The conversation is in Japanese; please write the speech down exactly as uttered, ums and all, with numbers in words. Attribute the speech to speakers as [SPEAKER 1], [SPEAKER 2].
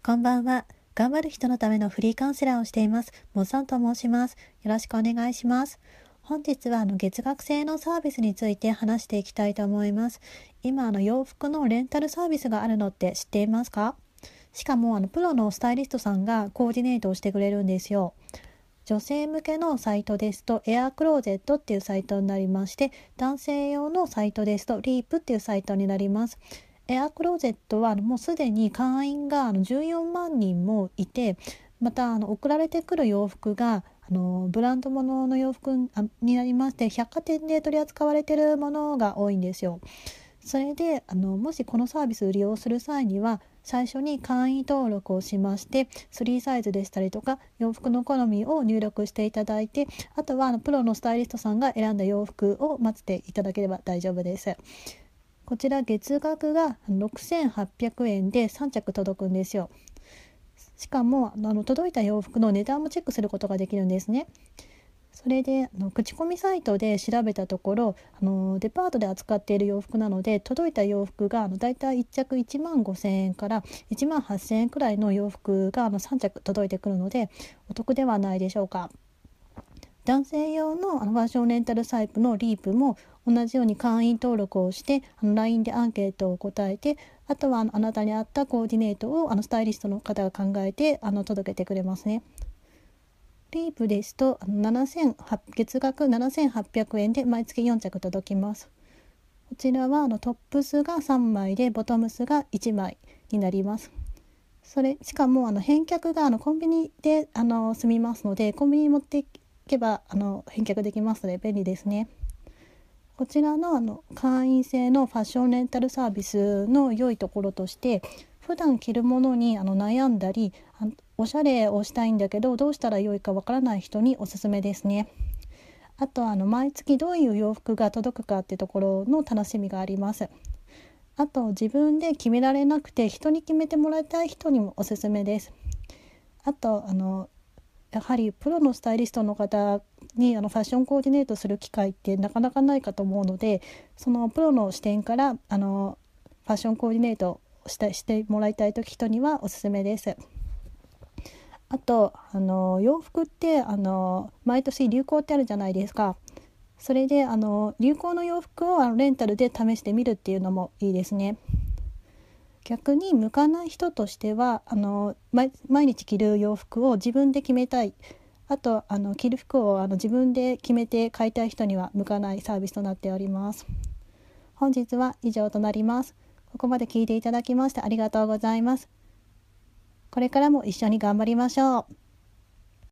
[SPEAKER 1] こんばんは。頑張る人のためのフリーカウンセラーをしています。モッサンと申します。よろしくお願いします。本日はあの月額制のサービスについて話していきたいと思います。今あの洋服のレンタルサービスがあるのって知っていますか？しかもあのプロのスタイリストさんがコーディネートをしてくれるんですよ。女性向けのサイトですとエアクローゼットっていうサイトになりまして、男性用のサイトですとリープっていうサイトになります。エアクローゼットはもうすでに会員がじゅうよんまんにんもいて、またあの送られてくる洋服があのブランド物の洋服になりまして、百貨店で取り扱われているものが多いんですよ。それであのもしこのサービスを利用する際には、最初に会員登録をしまして、スリーサイズでしたりとか洋服の好みを入力していただいて、あとはあのプロのスタイリストさんが選んだ洋服を待っていただければ大丈夫です。こちら月額がろくせんはっぴゃくえんでさんちゃく届くんですよ。しかもあの届いた洋服の値段もチェックすることができるんですね。それであの口コミサイトで調べたところ、あのデパートで扱っている洋服なので、届いた洋服があのだいたいいっちゃくいちまんごせんえんからいちまんはっせんえんくらいの洋服があのさんちゃく届いてくるので、お得ではないでしょうか。男性用のあのファッションレンタルサイトのリープも同じように会員登録をして、あの ライン でアンケートを答えて、あとはあのあなたに合ったコーディネートをあのスタイリストの方が考えてあの届けてくれますね。リープですとあのななせん月額ななせんはっぴゃくえんで毎月よんちゃく届きます。こちらはあのトップスがさんまいでボトムスがいちまいになります。それしかもあの返却があのコンビニであの済みますので、コンビニに持っていけばあの返却できますので便利ですね。こちらのあの会員制のファッションレンタルサービスの良いところとして、普段着るものにあの悩んだり、あおしゃれをしたいんだけどどうしたら良いかわからない人におすすめですね。あとあの毎月どういう洋服が届くかってところの楽しみがあります。あと自分で決められなくて人に決めてもらいたい人にもおすすめです。あとあのやはりプロのスタイリストの方にあのファッションコーディネートする機会ってなかなかないかと思うので、そのプロの視点からあのファッションコーディネートしたしてもらいたい時人にはおすすめです。あとあの洋服ってあの毎年流行ってあるじゃないですか。それであの流行の洋服をあのレンタルで試してみるっていうのもいいですね。逆に向かない人としてはあの 毎, 毎日着る洋服を自分で決めたい、あとあの着る服をあの自分で決めて買いたい人には向かないサービスとなっております。本日は以上となります。ここまで聞いていただきましてありがとうございます。これからも一緒に頑張りましょう。